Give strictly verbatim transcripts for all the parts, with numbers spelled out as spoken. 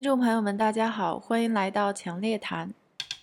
听众朋友们，大家好，欢迎来到强烈谈。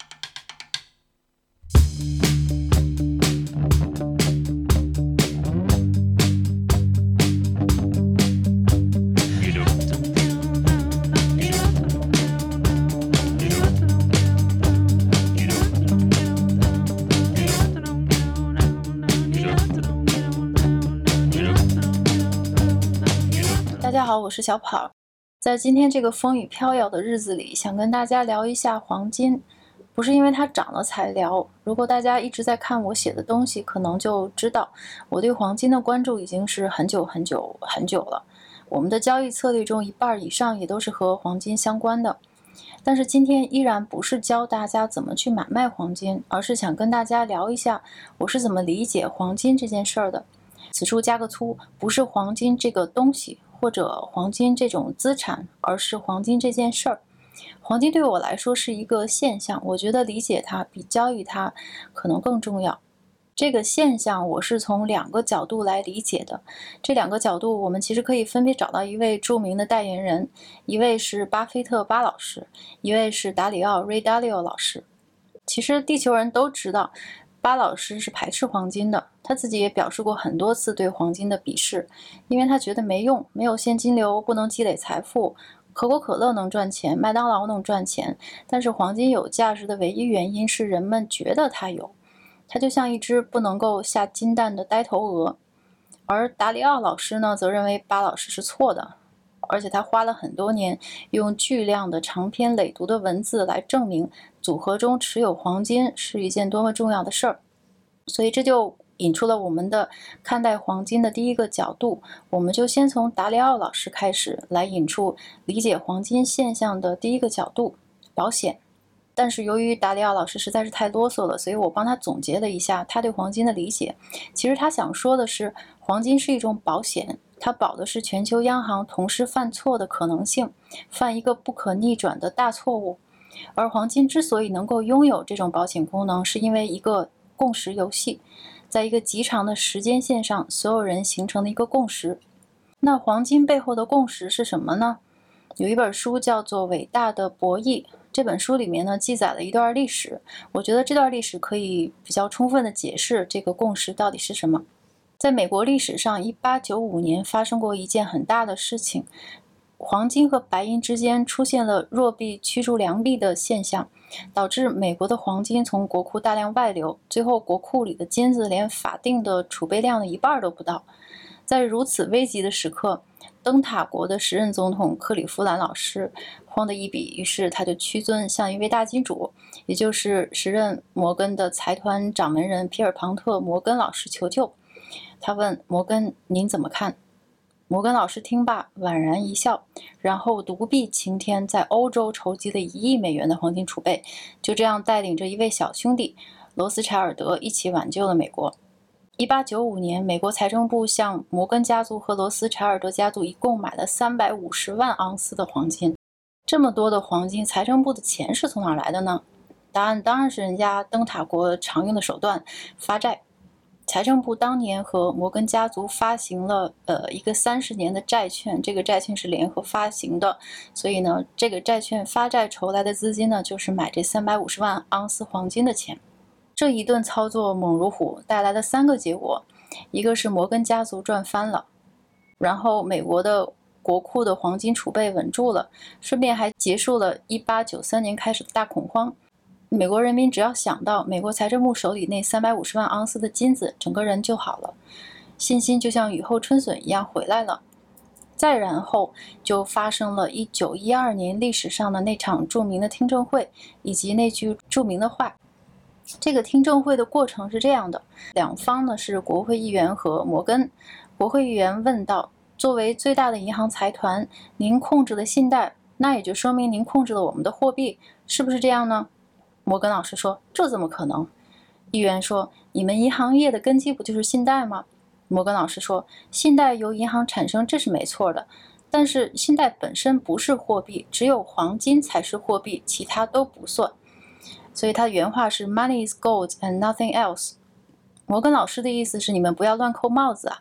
大家好，我是小跑。在今天这个风雨飘摇的日子里，想跟大家聊一下黄金。不是因为它涨了才聊，如果大家一直在看我写的东西，可能就知道我对黄金的关注已经是很久很久很久了。我们的交易策略中一半以上也都是和黄金相关的。但是今天依然不是教大家怎么去买卖黄金，而是想跟大家聊一下我是怎么理解黄金这件事儿的。此处加个粗，不是黄金这个东西或者黄金这种资产，而是黄金这件事儿。黄金对我来说是一个现象，我觉得理解它比交易它可能更重要。这个现象我是从两个角度来理解的，这两个角度我们其实可以分别找到一位著名的代言人，一位是巴菲特巴老师，一位是达里奥 Ray Dalio 老师。其实地球人都知道巴老师是排斥黄金的，他自己也表示过很多次对黄金的鄙视，因为他觉得没用，没有现金流，不能积累财富。可口可乐能赚钱，麦当劳能赚钱，但是黄金有价值的唯一原因是人们觉得它有，它就像一只不能够下金蛋的呆头鹅。而达里奥老师呢，则认为巴老师是错的，而且他花了很多年，用巨量的长篇累牍的文字来证明组合中持有黄金是一件多么重要的事儿。所以这就引出了我们的看待黄金的第一个角度，我们就先从达里奥老师开始来引出理解黄金现象的第一个角度，保险。但是由于达里奥老师实在是太啰嗦了，所以我帮他总结了一下他对黄金的理解。其实他想说的是，黄金是一种保险，它保的是全球央行同时犯错的可能性，犯一个不可逆转的大错误。而黄金之所以能够拥有这种保险功能，是因为一个共识游戏，在一个极长的时间线上，所有人形成的一个共识。那黄金背后的共识是什么呢？有一本书叫做《伟大的博弈》，这本书里面呢记载了一段历史，我觉得这段历史可以比较充分的解释这个共识到底是什么。在美国历史上，一八九五年发生过一件很大的事情，黄金和白银之间出现了弱币驱逐良币的现象，导致美国的黄金从国库大量外流，最后国库里的金子连法定的储备量的一半都不到。在如此危急的时刻，灯塔国的时任总统克里夫兰老师慌得一笔，于是他就屈尊向一位大金主，也就是时任摩根的财团掌门人皮尔庞特摩根老师求救。他问摩根：您怎么看？摩根老师听罢宛然一笑，然后独臂擎天，在欧洲筹集了一亿美元的黄金储备，就这样带领着一位小兄弟罗斯柴尔德一起挽救了美国。一八九五年，美国财政部向摩根家族和罗斯柴尔德家族一共买了三百五十万盎司的黄金。这么多的黄金，财政部的钱是从哪来的呢？答案当然是人家灯塔国常用的手段，发债。财政部当年和摩根家族发行了呃一个三十年的债券，这个债券是联合发行的，所以呢，这个债券发债筹来的资金呢，就是买这三百五十万盎司黄金的钱。这一顿操作猛如虎，带来了三个结果：一个是摩根家族赚翻了，然后美国的国库的黄金储备稳住了，顺便还结束了一八九三年开始的大恐慌。美国人民只要想到美国财政部手里那三百五十万盎司的金子，整个人就好了，信心就像雨后春笋一样回来了。再然后就发生了一九一二年历史上的那场著名的听证会，以及那句著名的话。这个听证会的过程是这样的，两方呢是国会议员和摩根。国会议员问道：作为最大的银行财团，您控制了信贷，那也就说明您控制了我们的货币，是不是这样呢？摩根老师说：这怎么可能？议员说：你们银行业的根基不就是信贷吗？摩根老师说：信贷由银行产生，这是没错的，但是信贷本身不是货币，只有黄金才是货币，其他都不算。所以他的原话是 Money is gold and nothing else。 摩根老师的意思是，你们不要乱扣帽子啊，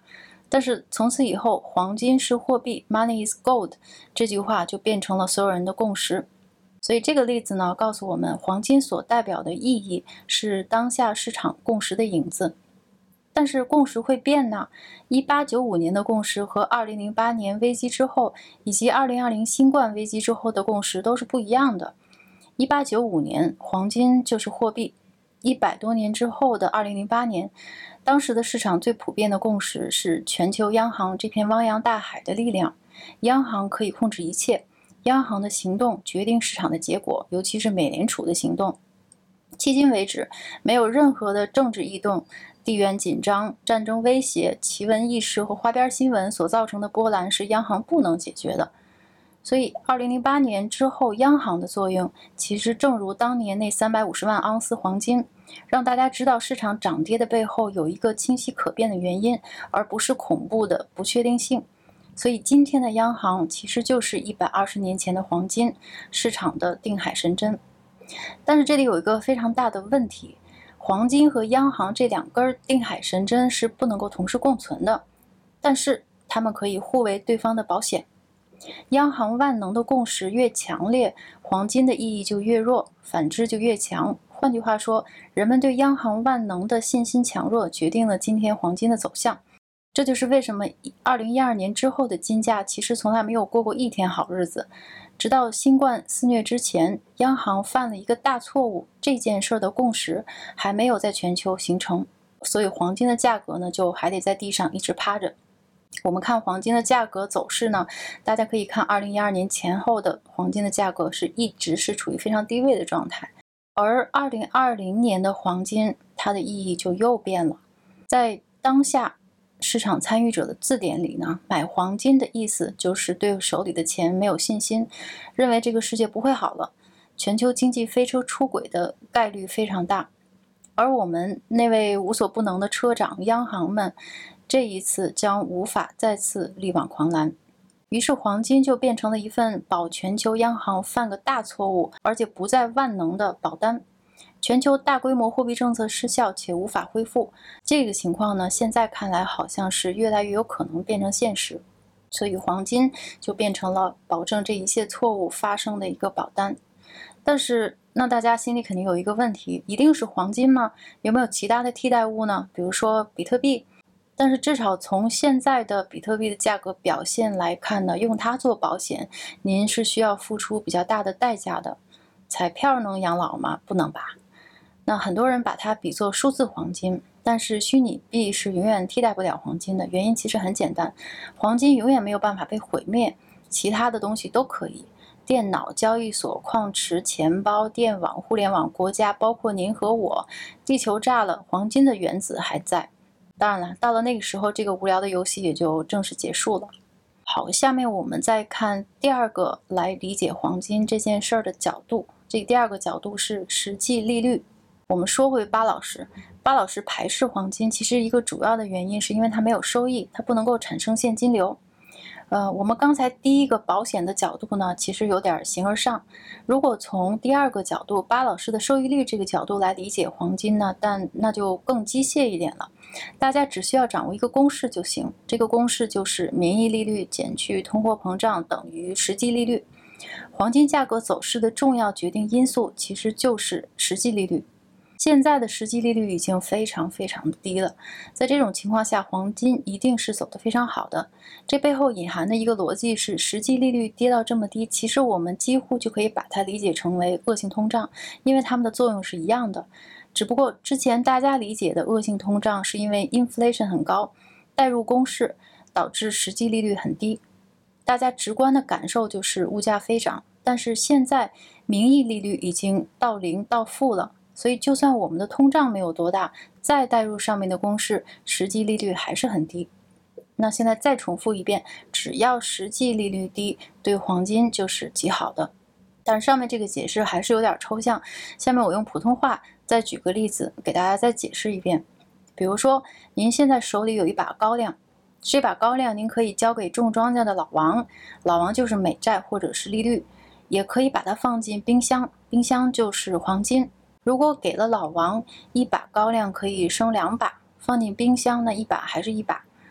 但是从此以后，黄金是货币 ，Money is gold 这句话就变成了所有人的共识。所以这个例子呢，告诉我们黄金所代表的意义是当下市场共识的影子。但是共识会变呢，一八九五年的共识和二零零八年危机之后，以及二零二零新冠危机之后的共识都是不一样的。一八九五年，黄金就是货币。一百多年之后的二零零八年，当时的市场最普遍的共识是全球央行这片汪洋大海的力量，央行可以控制一切，央行的行动决定市场的结果，尤其是美联储的行动。迄今为止，没有任何的政治异动、地缘紧张、战争威胁、奇闻异事和花边新闻所造成的波澜是央行不能解决的。所以二零零八年之后，央行的作用其实正如当年那三百五十万盎司黄金，让大家知道市场涨跌的背后有一个清晰可辨的原因，而不是恐怖的不确定性。所以今天的央行其实就是一百二十年前的黄金，市场的定海神针。但是这里有一个非常大的问题，黄金和央行这两根定海神针是不能够同时共存的，但是它们可以互为对方的保险。央行万能的共识越强烈，黄金的意义就越弱，反之就越强。换句话说，人们对央行万能的信心强弱，决定了今天黄金的走向。这就是为什么二零一二年之后的金价其实从来没有过过一天好日子。直到新冠肆虐之前，央行犯了一个大错误，这件事的共识还没有在全球形成，所以黄金的价格呢，就还得在地上一直趴着。我们看黄金的价格走势呢，大家可以看二零一二年前后的黄金的价格是一直是处于非常低位的状态，而二零二零年的黄金它的意义就又变了。在当下市场参与者的字典里呢，买黄金的意思就是对手里的钱没有信心，认为这个世界不会好了，全球经济飞车出轨的概率非常大。而我们那位无所不能的车长央行们，这一次将无法再次力挽狂澜。于是黄金就变成了一份保全球央行犯个大错误，而且不再万能的保单。全球大规模货币政策失效且无法恢复，这个情况呢，现在看来好像是越来越有可能变成现实。所以黄金就变成了保证这一切错误发生的一个保单。但是那大家心里肯定有一个问题，一定是黄金吗？有没有其他的替代物呢？比如说比特币。但是至少从现在的比特币的价格表现来看呢，用它做保险，您是需要付出比较大的代价的。彩票能养老吗？不能吧。那很多人把它比作数字黄金，但是虚拟币是永远替代不了黄金的。原因其实很简单，黄金永远没有办法被毁灭，其他的东西都可以。电脑、交易所、矿池、钱包、电网、互联网、国家，包括您和我，地球炸了，黄金的原子还在。当然了，到了那个时候，这个无聊的游戏也就正式结束了。好，下面我们再看第二个来理解黄金这件事儿的角度。这第二个角度是实际利率。我们说回巴老师，巴老师排斥黄金，其实一个主要的原因是因为它没有收益，它不能够产生现金流。呃，我们刚才第一个保险的角度呢，其实有点形而上。如果从第二个角度，巴老师的收益率这个角度来理解黄金呢，但那就更机械一点了。大家只需要掌握一个公式就行，这个公式就是名义利率减去通货膨胀等于实际利率。黄金价格走势的重要决定因素其实就是实际利率。现在的实际利率已经非常非常的低了，在这种情况下，黄金一定是走得非常好的。这背后隐含的一个逻辑是，实际利率跌到这么低，其实我们几乎就可以把它理解成为恶性通胀，因为它们的作用是一样的。只不过之前大家理解的恶性通胀是因为 inflation 很高，代入公式导致实际利率很低，大家直观的感受就是物价飞涨。但是现在名义利率已经到零到负了，所以就算我们的通胀没有多大，再代入上面的公式，实际利率还是很低。那现在再重复一遍，只要实际利率低，对黄金就是极好的。但是上面这个解释还是有点抽象，下面我用普通话再举个例子给大家再解释一遍。比如说您现在手里有一把高粱，这把高粱您可以交给种庄稼的老王，老王就是美债或者是利率，也可以把它放进冰箱，冰箱就是黄金。如果给了老王一把高粱可以生两把，放进冰箱呢，一把还是一把。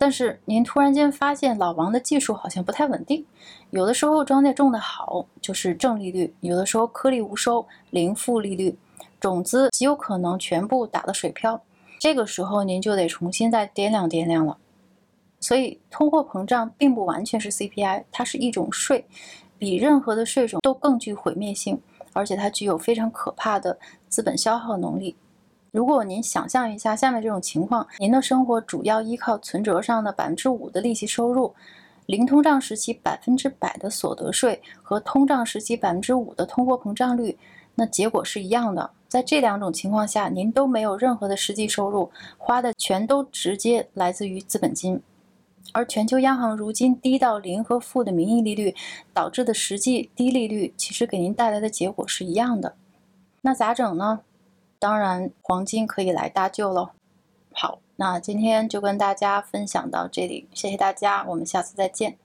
但是您突然间发现老王的技术好像不太稳定，有的时候庄稼种得好，就是正利率，有的时候颗粒无收，零负利率，种子极有可能全部打了水漂，这个时候您就得重新再掂量掂量了。所以通货膨胀并不完全是 C P I， 它是一种税，比任何的税种都更具毁灭性，而且它具有非常可怕的资本消耗能力。如果您想象一下下面这种情况，您的生活主要依靠存折上的 百分之五 的利息收入，零通胀时期百分之百的所得税和通胀时期百分之五的通货膨胀率，那结果是一样的。在这两种情况下，您都没有任何的实际收入，花的全都直接来自于资本金。而全球央行如今低到零和负的名义利率导致的实际低利率，其实给您带来的结果是一样的。那咋整呢？当然，黄金可以来搭救喽。好，那今天就跟大家分享到这里，谢谢大家，我们下次再见。